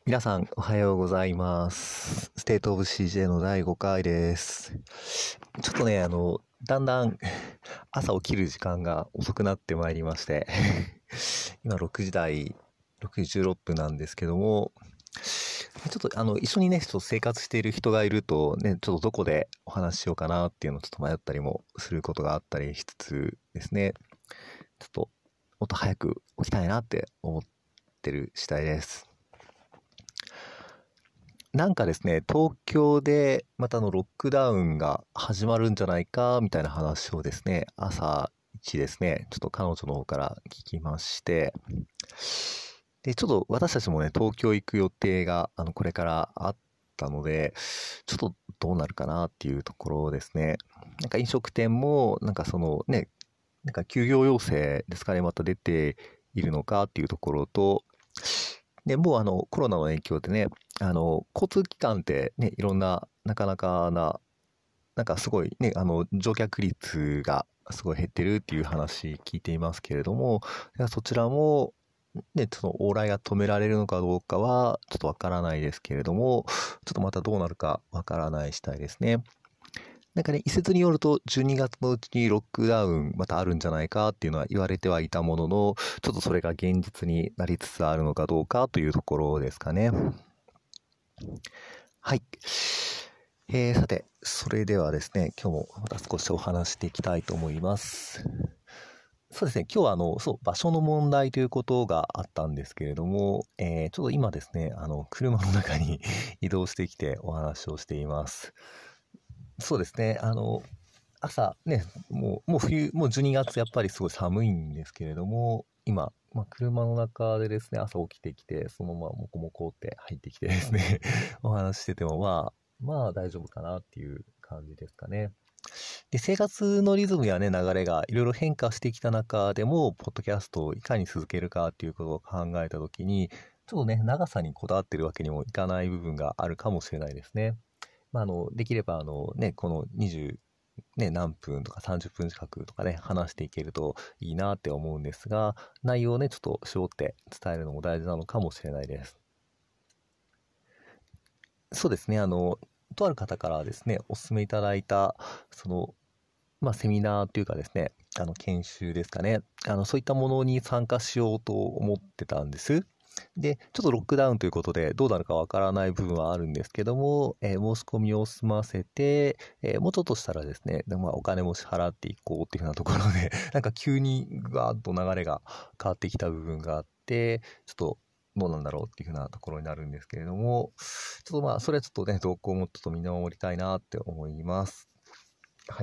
皆さんおはようございます。ステートオブ CJ の第5回です。ちょっとね、だんだん朝起きる時間が遅くなってまいりまして、今6時16分なんですけども、ちょっと一緒にね、ちょっと生活している人がいるとね、ちょっとどこでお話ししようかなっていうのをちょっと迷ったりもすることがあったりしつつですね、ちょっともっと早く起きたいなって思ってる次第です。なんかですね、東京でまたロックダウンが始まるんじゃないかみたいな話をですね、朝一ですね、ちょっと彼女の方から聞きまして、で、ちょっと私たちもね、東京行く予定がこれからあったので、ちょっとどうなるかなっていうところですね。なんか飲食店も、なんかそのね、なんか休業要請ですかね、また出ているのかっていうところと、で、もうコロナの影響でね、交通機関ってね、いろんな、なかなかな、なんかすごいね、乗客率がすごい減ってるっていう話聞いていますけれども、そちらも、ね、その往来が止められるのかどうかはちょっとわからないですけれども、ちょっとまたどうなるかわからない次第ですね。なんかね、一説によると12月のうちにロックダウンまたあるんじゃないかっていうのは言われてはいたものの、ちょっとそれが現実になりつつあるのかどうかというところですかね。はい。さて、それではですね、今日もまた少しお話していきたいと思います。そうですね、今日は場所の問題ということがあったんですけれども、ちょっと今ですね、車の中に移動してきてお話をしています。そうですね、朝ね、もう冬、もう12月やっぱりすごい寒いんですけれども、今、車の中でですね、朝起きてきて、そのままもこもこって入ってきてですね、お話ししてても、まあ大丈夫かなっていう感じですかね。で、生活のリズムやね、流れがいろいろ変化してきた中でも、ポッドキャストをいかに続けるかっていうことを考えたときに、ちょっとね、長さにこだわってるわけにもいかない部分があるかもしれないですね。できればこの20、ね、何分とか30分近くとかね、話していけるといいなって思うんですが、内容をね、ちょっと絞って伝えるのも大事なのかもしれないです。そうですね、とある方からですね、お勧めいただいた、セミナーというかですね、研修ですかね、そういったものに参加しようと思ってたんです。で、ちょっとロックダウンということで、どうなるかわからない部分はあるんですけども、申し込みを済ませて、もうちょっとしたらですね、お金も支払っていこうっていうふうなところで、なんか急にガーッと流れが変わってきた部分があって、ちょっとどうなんだろうっていうふうなところになるんですけれども、ちょっとそれはちょっとね、動向もちょっと見守りたいなって思います。はい。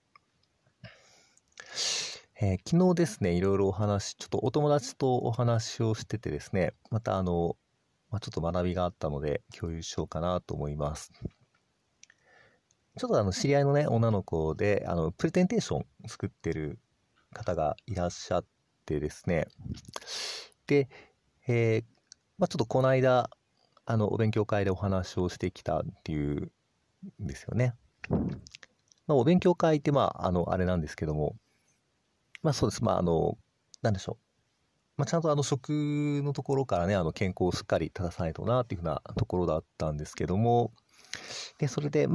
昨日ですね、いろいろちょっとお友達とお話をしててですね、またちょっと学びがあったので共有しようかなと思います。ちょっと知り合いのね、女の子で、プレゼンテーション作ってる方がいらっしゃってですね、で、ちょっとこの間、お勉強会でお話をしてきたっていうんですよね。お勉強会って、あれなんですけども、そうです。なんでしょう。ちゃんと食のところからね、健康をしっかり正さないとなっていうふうなところだったんですけども、で、それで、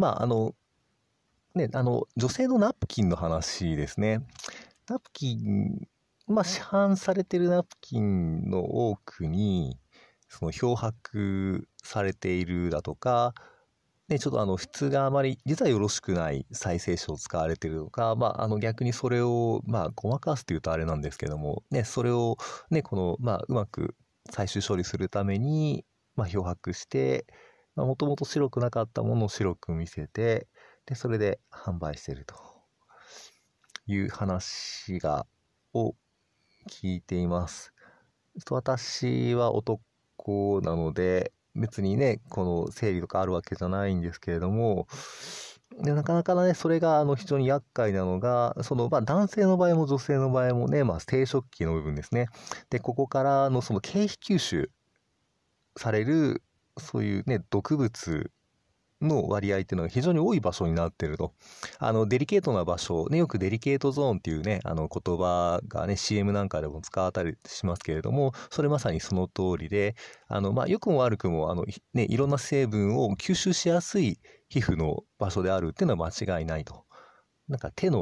女性のナプキンの話ですね。ナプキン、市販されてるナプキンの多くに、その漂白されているだとか、ちょっと質があまり、実はよろしくない再生紙を使われているとか、逆にそれを、ごまかすというとあれなんですけども、ね、それを、ね、うまく最終処理するために、漂白して、もともと白くなかったものを白く見せて、で、それで販売しているという話を聞いています。私は男なので、別にね、この生理とかあるわけじゃないんですけれども、でなかなかね、それが非常に厄介なのが、男性の場合も女性の場合もね、生殖器の部分ですね。で、ここからのその経皮吸収される、そういうね、毒物の割合っていうのが非常に多い場所になっていると。デリケートな場所、ね、よくデリケートゾーンっていうね、言葉がね、CM なんかでも使われたりしますけれども、それまさにその通りで、良くも悪くも、ね、いろんな成分を吸収しやすい皮膚の場所であるっていうのは間違いないと。なんか手の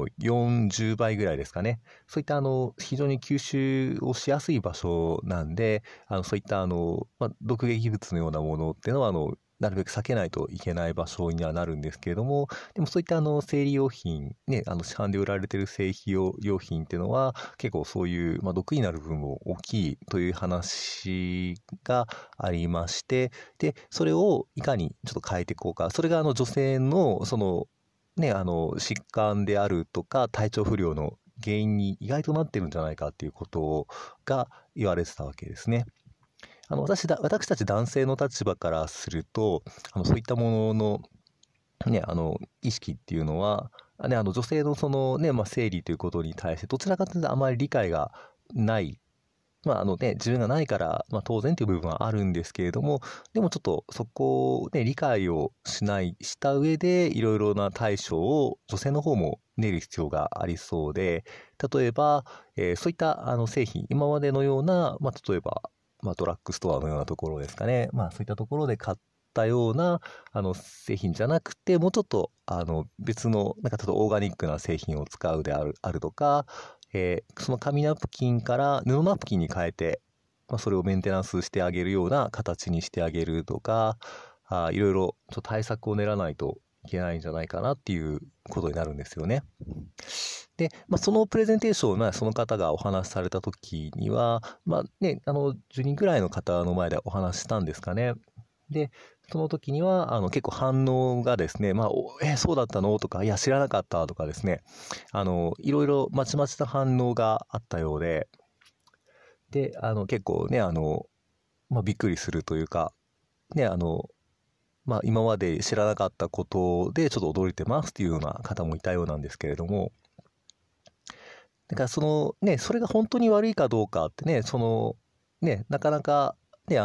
40倍ぐらいですかね。そういった非常に吸収をしやすい場所なんで、そういった毒劇物のようなものっていうのはなるべく避けないといけない場所にはなるんですけれども、でもそういった生理用品、ね、市販で売られている生理用品っていうのは結構そういう、毒になる部分も大きいという話がありまして、で、それをいかにちょっと変えていこうか。それが女性のね、疾患であるとか体調不良の原因に意外となってるんじゃないかっていうことが言われてたわけですね。私たち男性の立場からすると、そういったものの、ね、意識っていうのは、ね、女性のね、生理ということに対して、どちらかというとあまり理解がない自分がないから、当然という部分はあるんですけれども、でもちょっとそこをね、理解をした上で、いろいろな対処を女性の方も練る必要がありそうで、例えば、そういった製品、今までのような、例えば、ドラッグストアのようなところですかね、そういったところで買ったような製品じゃなくて、もうちょっと別の、なんかちょっとオーガニックな製品を使うであるとか、その紙ナプキンから布ナプキンに変えて、それをメンテナンスしてあげるような形にしてあげるとか、いろいろちょっと対策を練らないといけないんじゃないかなっていうことになるんですよね。で、そのプレゼンテーションを、その方がお話しされた時には、10人ぐらいの方の前でお話ししたんですかね。で、その時には、結構反応がですね、そうだったのとか、いや、知らなかったとかですね、いろいろまちまちな反応があったようで、で、結構ね、びっくりするというか、ね、今まで知らなかったことでちょっと驚いてますっていうような方もいたようなんですけれども、だからそれが本当に悪いかどうかってね、なかなか、ね、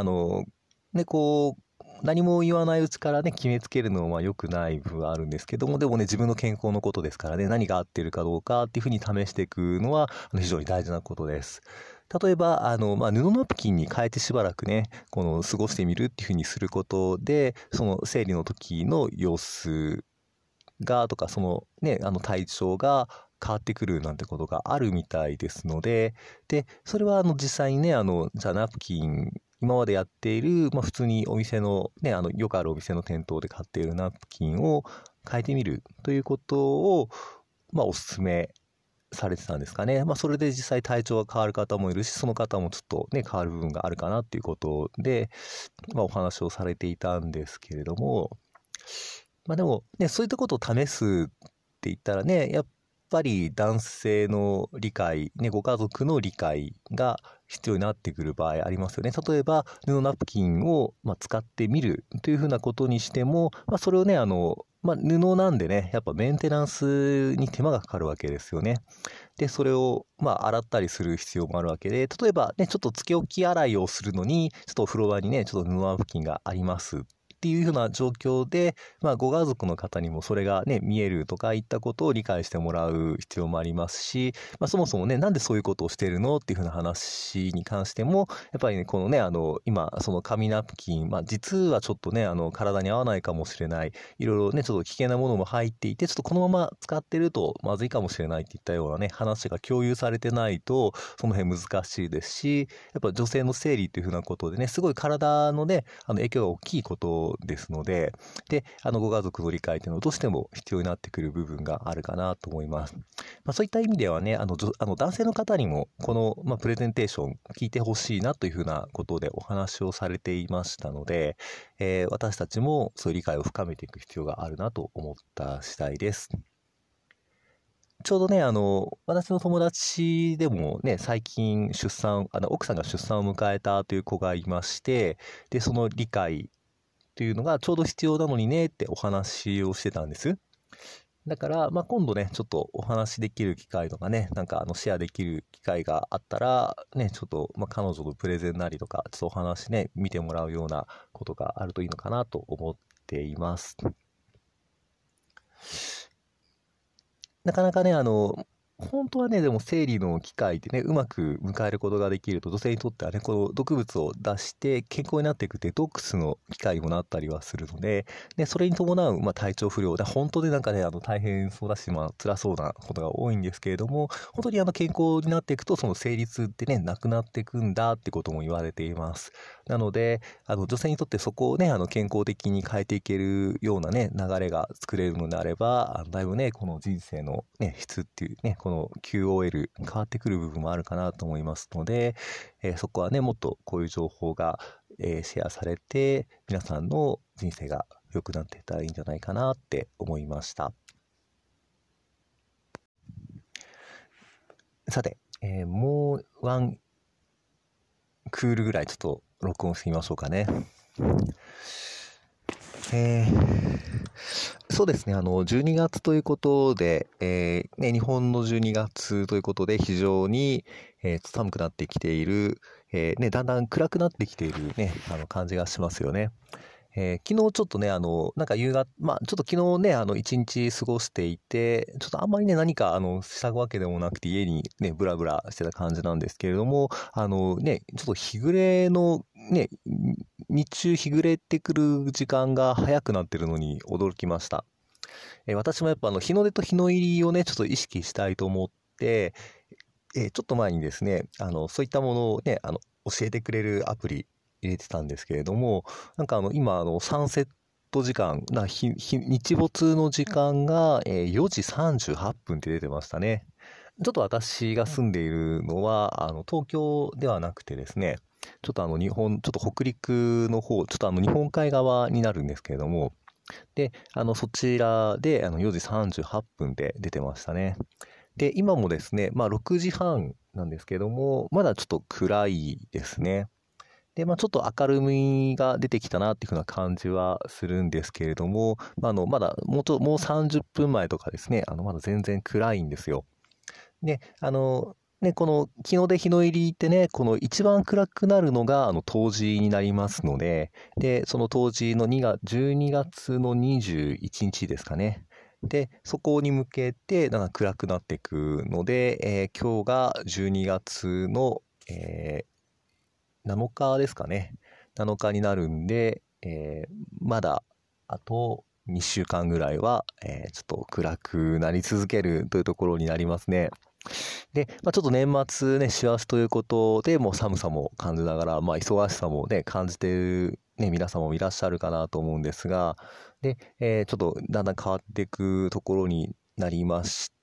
何も言わないうちからね、決めつけるのは良くない部分はあるんですけども、でもね、自分の健康のことですからね、何が合ってるかどうかっていうふうに試していくのは非常に大事なことです。例えば、布ナプキンに変えてしばらくね、過ごしてみるっていうふうにすることで、その生理の時の様子とか、体調が変わってくるなんてことがあるみたいですので、で、それは実際にね、じゃあナプキン、今までやっている、普通にお店の、ね、よくあるお店の店頭で買っているナプキンを変えてみるということを、お勧めされてたんですかね。それで実際体調が変わる方もいるし、その方もちょっとね、変わる部分があるかなっていうことで、お話をされていたんですけれども、でもね、そういったことを試すって言ったらね、やっぱり男性の理解、ね、ご家族の理解が必要になってくる場合ありますよね。例えば、布ナプキンを使ってみるというふうなことにしても、それをね、布なんでね、やっぱメンテナンスに手間がかかるわけですよね。で、それを、洗ったりする必要もあるわけで、例えばね、ちょっとつけ置き洗いをするのに、ちょっとお風呂場にね、ちょっと布ナプキンがありますっていうふうな状況で、ご家族の方にもそれがね、見えるとかいったことを理解してもらう必要もありますし、そもそもね、なんでそういうことをしているのっていうふうな話に関しても、やっぱりね、このね、今、その紙ナプキン、実はちょっとね、体に合わないかもしれない、いろいろね、ちょっと危険なものも入っていて、ちょっとこのまま使ってるとまずいかもしれないっていったようなね、話が共有されてないと、その辺難しいですし、やっぱ女性の生理っていうふうなことでね、すごい体のね、影響が大きいことですので、で、ご家族の理解というのはどうしても必要になってくる部分があるかなと思います。そういった意味ではね、男性の方にもこの、プレゼンテーション聞いてほしいなというふうなことでお話をされていましたので、私たちもそういう理解を深めていく必要があるなと思った次第です。ちょうどね、私の友達でもね、最近奥さんが出産を迎えたという子がいまして、で、その理解というのがちょうど必要なのにねってお話をしてたんです。だから、今度ね、ちょっとお話できる機会とかね、なんかシェアできる機会があったら、ね、ちょっと、彼女のプレゼンなりとか、ちょっとお話ね、見てもらうようなことがあるといいのかなと思っています。 なかなかね、本当はね、でも生理の機会でね、うまく迎えることができると、女性にとってはね、この毒物を出して健康になっていくデトックスの機会にもなったりはするので、で、それに伴う、体調不良で、本当でなんかね、大変そうだし、辛そうなことが多いんですけれども、本当に健康になっていくと、その生理痛ってね、なくなっていくんだってことも言われています。なので、女性にとってそこをね、健康的に変えていけるようなね、流れが作れるのであれば、だいぶね、この人生のね、質っていうね、この QOL 変わってくる部分もあるかなと思いますので、そこはね、もっとこういう情報が、シェアされて、皆さんの人生が良くなっていったらいいんじゃないかなって思いました。さて、もうワンクールぐらいちょっと録音してみましょうかね。そうですね、12月ということで、日本の12月ということで、非常に、寒くなってきている、だんだん暗くなってきているね、感じがしますよね。昨日ちょっとね、なんか夕方、ちょっと昨日ね、一日過ごしていて、ちょっとあんまりね、何か、したわけでもなくて、家にね、ブラブラしてた感じなんですけれども、ちょっと日暮れの、ね、日中日暮れてくる時間が早くなってるのに驚きました。私もやっぱ日の出と日の入りをね、ちょっと意識したいと思って、ちょっと前にですね、そういったものをね、教えてくれるアプリ入れてたんですけれども、なんか今、サンセット時間、日没の時間が、4時38分って出てましたね。ちょっと私が住んでいるのは、東京ではなくてですね、ちょっとちょっと北陸の方、ちょっと日本海側になるんですけれども、で、そちらで4時38分で出てましたね。で、今もですね、6時半なんですけども、まだちょっと暗いですね。で、ちょっと明るみが出てきたなっていうふうな感じはするんですけれども、まだもう30分前とかですね、まだ全然暗いんですよ。で、この日の出日の入りってね、この一番暗くなるのが冬至になりますので、で、その冬至の12月の21日ですかね。で、そこに向けてなんか暗くなっていくので、今日が12月の、7日ですかね。7日になるんで、まだあと2週間ぐらいは、ちょっと暗くなり続けるというところになりますね。で、ちょっと年末ね、師走ということで、もう寒さも感じながら、忙しさもね、感じている、ね、皆様もいらっしゃるかなと思うんですが、で、ちょっとだんだん変わっていくところになりまして、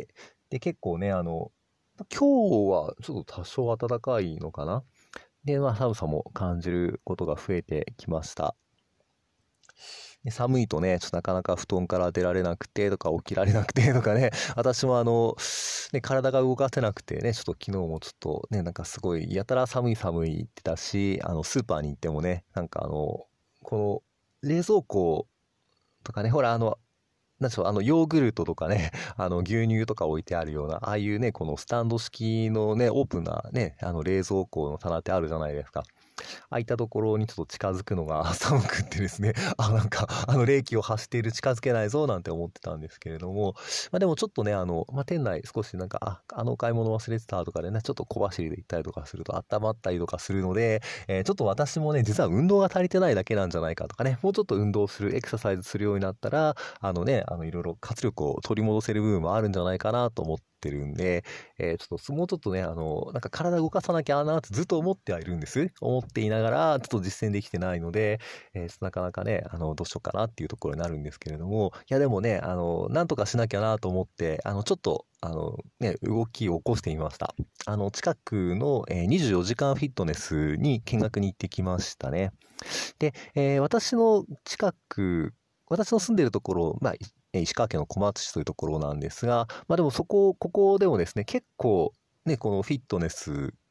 で、結構ね、今日はちょっと多少暖かいのかな。で、寒さも感じることが増えてきました。で寒いとね、ちょっとなかなか布団から出られなくてとか起きられなくてとかね、私も体が動かせなくてね、ちょっと昨日もちょっとね、なんかすごいやたら寒い寒い言ってたし、スーパーに行ってもね、なんかこの冷蔵庫とかね、ほらなんでしょう、ヨーグルトとかね、牛乳とか置いてあるような、ああいうね、このスタンド式のね、オープンなね、冷蔵庫の棚ってあるじゃないですか。ああいったところにちょっと近づくのが寒くってですね、なんか、冷気を発している、近づけないぞ、なんて思ってたんですけれども、でもちょっとね、店内少しなんか、お買い物忘れてたとかでね、ちょっと小走りで行ったりとかすると温まったりとかするので、ちょっと私もね、実は運動が足りてないだけなんじゃないかとかね、もうちょっと運動する、エクササイズするようになったら、いろいろ活力を取り戻せる部分もあるんじゃないかなと思ってるんで、もうちょっとね、なんか体動かさなきゃなってずっと思ってはいるんです。思っていながら、ちょっと実践できてないので、なかなかね、どうしようかなっていうところになるんですけれども、いやでもね、なんとかしなきゃなと思って、ちょっと、動きを起こしてみました。近くの、24時間フィットネスに見学に行ってきましたね。で、私の住んでいるところ、石川県の小松市というところなんですが、でもここでもですね、結構、ね、このフィットネス、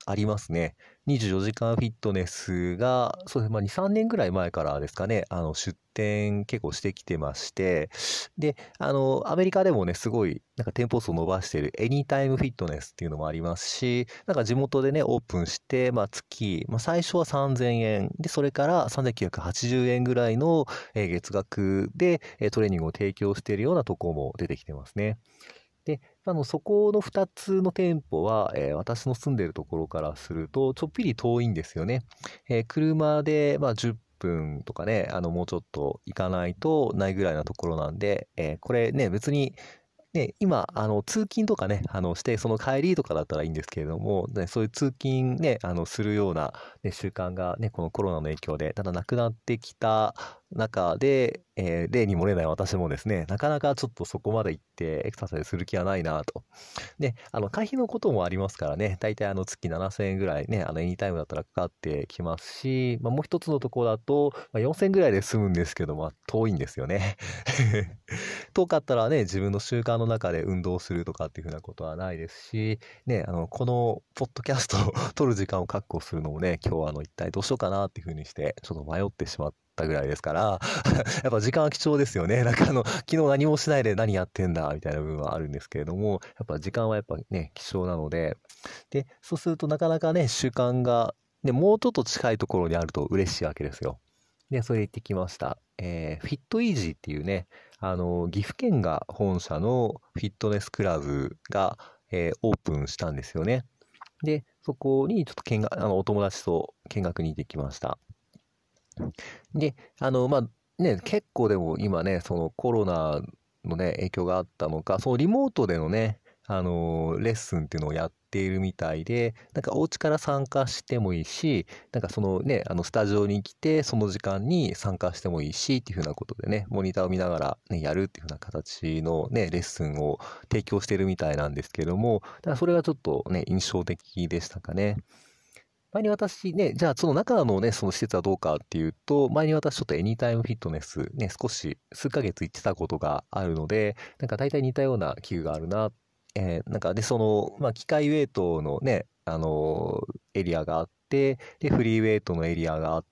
ありますね。24時間フィットネスが、そうですね、2、3年ぐらい前からですかね、出店結構してきてまして、で、アメリカでもね、すごい、なんか店舗数を伸ばしているエニタイムフィットネスっていうのもありますし、なんか地元でね、オープンして、月、最初は3000円、で、それから3980円ぐらいの月額でトレーニングを提供しているようなところも出てきてますね。で、そこの2つの店舗は、私の住んでいるところからすると、ちょっぴり遠いんですよね。車で、10分とかね、もうちょっと行かないとないぐらいなところなんで、これね、別に、ね、今、通勤とかね、して、その帰りとかだったらいいんですけれども、ね、そういう通勤ね、するような、ね、習慣がね、このコロナの影響で、ただなくなってきた中で、例に漏れない私もですね、なかなかちょっとそこまで行ってエクササイズする気はないなと。で、会費のこともありますからね、大体月7000円ぐらいね、エニタイムだったらかかってきますし、もう一つのところだと、4000円ぐらいで済むんですけど、遠いんですよね。遠かったらね、自分の習慣の中で運動するとかっていうふうなことはないですし、ね、このポッドキャストを撮る時間を確保するのもね、今日は一体どうしようかなっていうふうにして、ちょっと迷ってしまったぐらいですから、やっぱ時間は貴重ですよね。なんか昨日何もしないで何やってんだ、みたいな部分はあるんですけれども、やっぱ時間はやっぱね、貴重なので、で、そうするとなかなかね、習慣が、ね、もうちょっと近いところにあると嬉しいわけですよ。で、それで行ってきました。フィットイージーっていうね、岐阜県が本社のフィットネスクラブが、オープンしたんですよね。で、そこにちょっとお友達と見学に行ってきました。で、ね、結構でも今ね、そのコロナのね、影響があったのか、そのリモートでのね、レッスンっていうのをやっているみたいで、なんかお家から参加してもいいし、なんかそのね、スタジオに来て、その時間に参加してもいいし、っていうふうなことでね、モニターを見ながらね、やるっていうふうな形のね、レッスンを提供しているみたいなんですけども、だからそれがちょっとね、印象的でしたかね。前に私ね、じゃあその中のね、その施設はどうかっていうと、前に私ちょっとエニタイムフィットネスね、少し数ヶ月行ってたことがあるので、なんか大体似たような器具があるな。なんかで、機械ウェイトのね、エリアがあって、で、フリーウェイトのエリアがあって、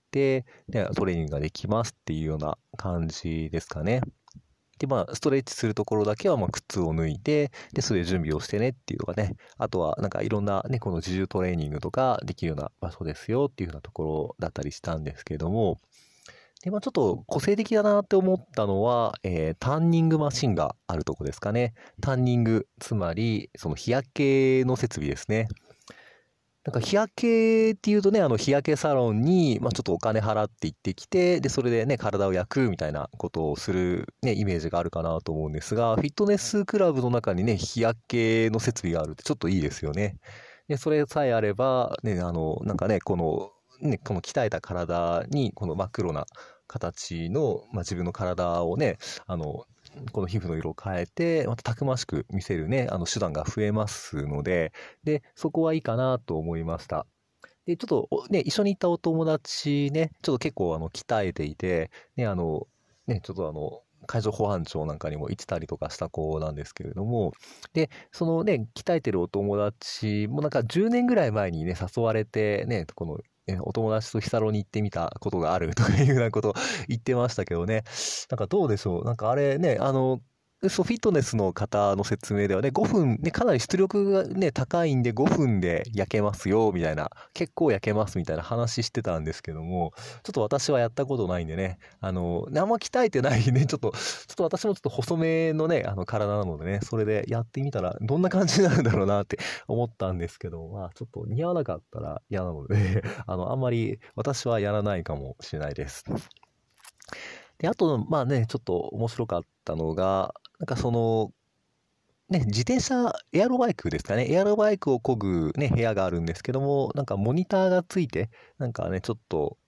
で、トレーニングができますっていうような感じですかね。で、ストレッチするところだけは、靴を脱いで、で、それで準備をしてねっていうのがね、あとは、なんかいろんなね、この自重トレーニングとかできるような場所ですよっていうようなところだったりしたんですけども、で、ちょっと個性的だなって思ったのは、タンニングマシンがあるとこですかね。タンニング、つまり、その日焼けの設備ですね。なんか日焼けっていうとね、日焼けサロンに、ちょっとお金払って行ってきて、で、それでね、体を焼くみたいなことをするね、イメージがあるかなと思うんですが、フィットネスクラブの中にね、日焼けの設備があるってちょっといいですよね。で、それさえあれば、ね、なんかね、この鍛えた体に、この真っ黒な形の、自分の体をね、この皮膚の色を変えて、またたくましく見せるね、手段が増えますので、で、そこはいいかなと思いました。で、ちょっとね、一緒に行ったお友達ね、ちょっと結構鍛えていて、ね、ちょっと海上保安庁なんかにも行ってたりとかした子なんですけれども、で、そのね、鍛えてるお友達もなんか10年ぐらい前にね、誘われてね、このお友達とヒサロに行ってみたことがあるというようなことを言ってましたけどね。なんかどうでしょう。なんかあれね、そう、フィットネスの方の説明ではね、5分、ね、かなり出力がね、高いんで5分で焼けますよ、みたいな、結構焼けますみたいな話してたんですけども、ちょっと私はやったことないんでね、あんま鍛えてないね、ちょっと私もちょっと細めのね、体なのでね、それでやってみたら、どんな感じになるんだろうなって思ったんですけど、ちょっと似合わなかったら嫌なので、あんまり私はやらないかもしれないです。で、あと、ちょっと面白かったのが、なんかね、自転車、エアロバイクですかね。エアロバイクを漕ぐね、部屋があるんですけども、なんかモニターがついて、なんかね、ちょっと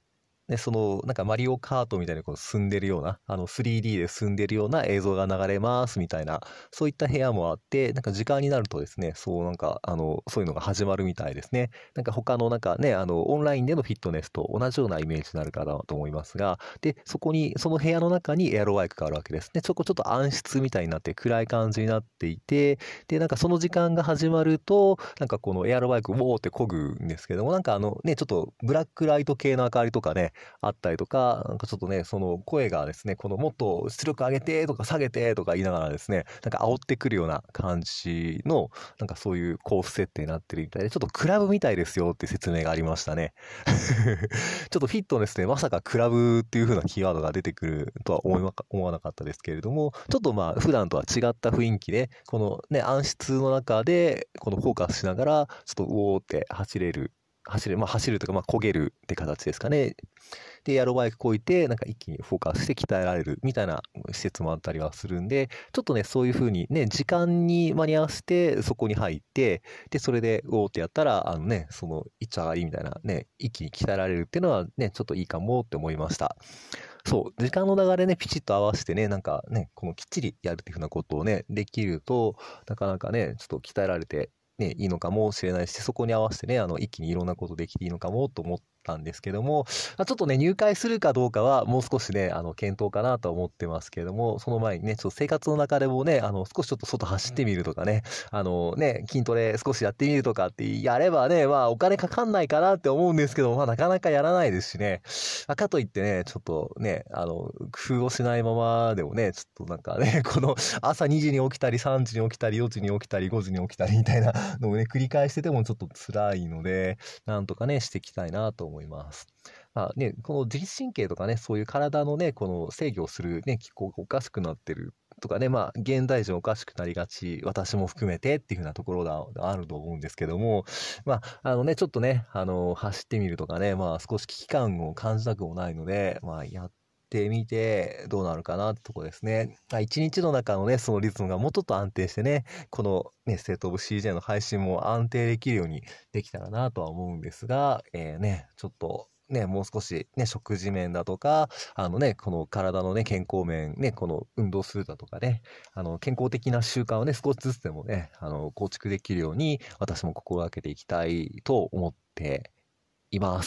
ね、なんかマリオカートみたいにこう進んでるような、3D で進んでるような映像が流れますみたいな、そういった部屋もあって、なんか時間になるとですね、なんか、そういうのが始まるみたいですね。なんか他のなんかね、オンラインでのフィットネスと同じようなイメージになるかなと思いますが、で、その部屋の中にエアロバイクがあるわけですね。ちょっと暗室みたいになって暗い感じになっていて、で、なんかその時間が始まると、なんかこのエアロバイク、ウォーって漕ぐんですけども、なんかね、ちょっとブラックライト系の明かりとかね、あったりとか、なんかちょっとね、その声がですね、このもっと出力上げてとか下げてとか言いながらですね、なんか煽ってくるような感じの、なんかそういうコース設定になってるみたいで、ちょっとクラブみたいですよって説明がありましたね。ちょっとフィットネスでまさかクラブっていう風なキーワードが出てくるとは思わなかったですけれども、ちょっとまあ普段とは違った雰囲気で、このね、暗室の中で、このフォーカスしながら、ちょっとウォーって走るというか、まあ焦げるって形ですかね。で、エアロバイクこいて、なんか一気にフォーカスして鍛えられるみたいな施設もあったりはするんで、ちょっとね、そういう風にね、時間に間に合わせてそこに入って、で、それで、おーってやったら、いっちゃがいいみたいなね、一気に鍛えられるっていうのはね、ちょっといいかもって思いました。そう、時間の流れね、ピチッと合わせてね、なんかね、このきっちりやるっていうふうなことをね、できると、なかなかね、ちょっと鍛えられて、ね、いいのかもしれないし、そこに合わせてね、一気にいろんなことできていいのかもと思ったんですけども、ちょっとね、入会するかどうかはもう少しね、検討かなとは思ってますけれども、その前にね、ちょっと生活の中でもね、少しちょっと外走ってみるとかね、筋トレ少しやってみるとかってやればね、まあお金かかんないかなって思うんですけども、まあなかなかやらないですしね、かといってね、ちょっとね、工夫をしないままでもね、ちょっとなんかね、この朝2時に起きたり、3時に起きたり、4時に起きたり、5時に起きたりみたいなのをね、繰り返しててもちょっと辛いので、なんとかね、していきたいなと思います。まあね、この自律神経とかね、そういう体のね、この制御をするね、機構がおかしくなってるとかね、まあ、現代人おかしくなりがち、私も含めてっていうふうなところがあると思うんですけども、まあ、ちょっとね、走ってみるとかね、まあ、少し危機感を感じたくもないので、まあ、やってみてどうなるかなってとこですね。一日の中のね、そのリズムがもうちょっと安定してね、このね、ステートオブ CJ の配信も安定できるようにできたらなとは思うんですが、ちょっと、ね、もう少しね、食事面だとか、この体のね、健康面、ね、この運動するだとかね、健康的な習慣をね、少しずつでもね、構築できるように、私も心がけていきたいと思っています。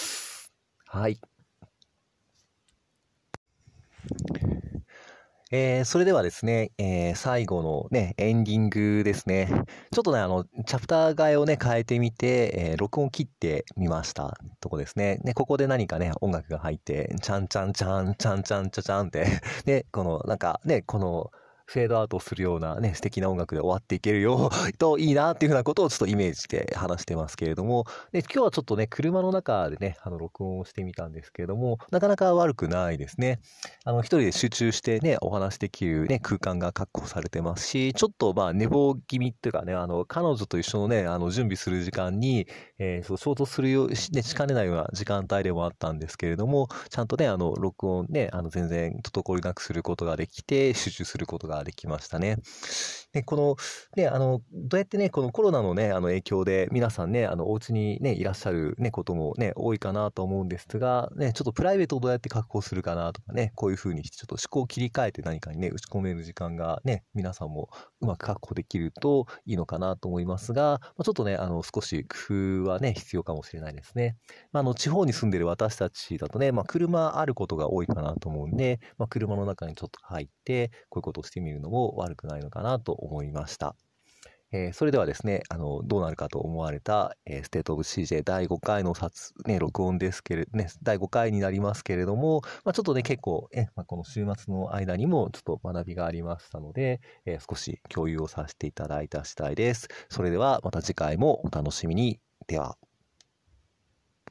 はい。それではですね、最後のね、エンディングですね。ちょっとね、チャプター替えをね、変えてみて、録音を切ってみましたとこですね。ここで何かね、音楽が入って、チャンチャンチャン、チャンチャンチャチャンって、で、なんかね、フェードアウトするようなね、素敵な音楽で終わっていけるよといいなっていうふうなことをちょっとイメージして話してますけれども、で、今日はちょっとね、車の中でね、録音をしてみたんですけれども、なかなか悪くないですね。一人で集中してね、お話できるね、空間が確保されてますし、ちょっとまあ寝坊気味っていうかね、彼女と一緒のね、準備する時間に、衝突するよう、しかねないような時間帯でもあったんですけれども、ちゃんとね、録音ね、全然滞りなくすることができて、集中することができましたね。で、ね、どうやってね、このコロナのね、影響で皆さんね、お家にね、いらっしゃるね、こともね、多いかなと思うんですが、ね、ちょっとプライベートをどうやって確保するかなとかね、こういうふうにしてちょっと思考を切り替えて何かにね、打ち込める時間がね、皆さんもうまく確保できるといいのかなと思いますが、ちょっとね、少し工夫はね、必要かもしれないですね。地方に住んでる私たちだとね、車あることが多いかなと思うんで、車の中にちょっと入って、こういうことをしてみるのも悪くないのかなと思いました。それではですね、どうなるかと思われた、ステートオブ CJ 第5回の録音ですけれどね、第5回になりますけれども、ちょっとね、結構、この週末の間にもちょっと学びがありましたので、少し共有をさせていただいた次第です。それではまた次回もお楽しみに。では。